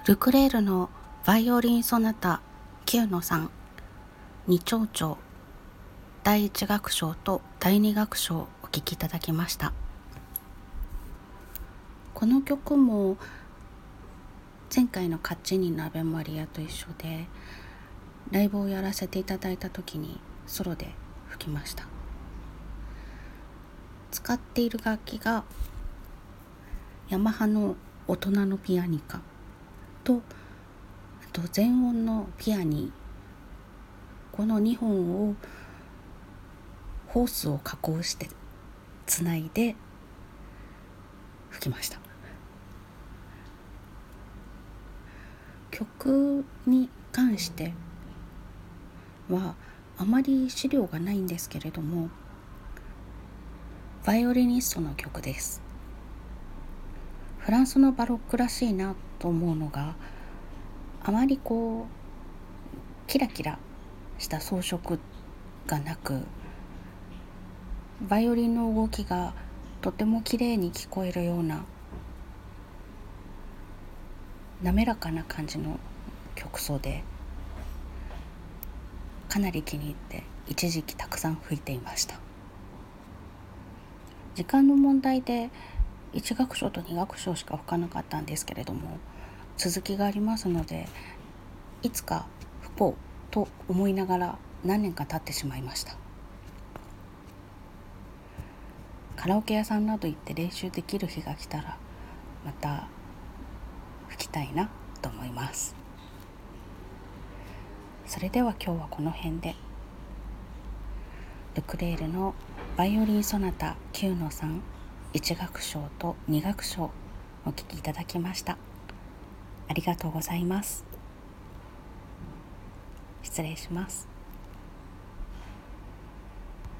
ルクレールのバイオリンソナタ9-3、二長調、第一楽章と第二楽章をお聴きいただきました。この曲も前回のカッチーニのアベマリアと一緒で、ライブをやらせていただいた時にソロで吹きました。使っている楽器がヤマハの大人のピアニカと、あと全音のピアニー、この2本をホースを加工してつないで吹きました。曲に関してはあまり資料がないんですけれども、バイオリニストの曲です。フランスのバロックらしいなと思うのが、あまりキラキラした装飾がなく、バイオリンの動きがとても綺麗に聞こえるような滑らかな感じの曲奏で、かなり気に入って一時期たくさん吹いていました。時間の問題で1楽章と2楽章しか吹かなかったんですけれども、続きがありますので、いつか吹こうと思いながら何年か経ってしまいました。カラオケ屋さんなど行って練習できる日が来たらまた吹きたいなと思います。それでは今日はこの辺で、ルクレールのバイオリンソナタ9-3、1楽章と2楽章お聴きいただきました。ありがとうございます。失礼します。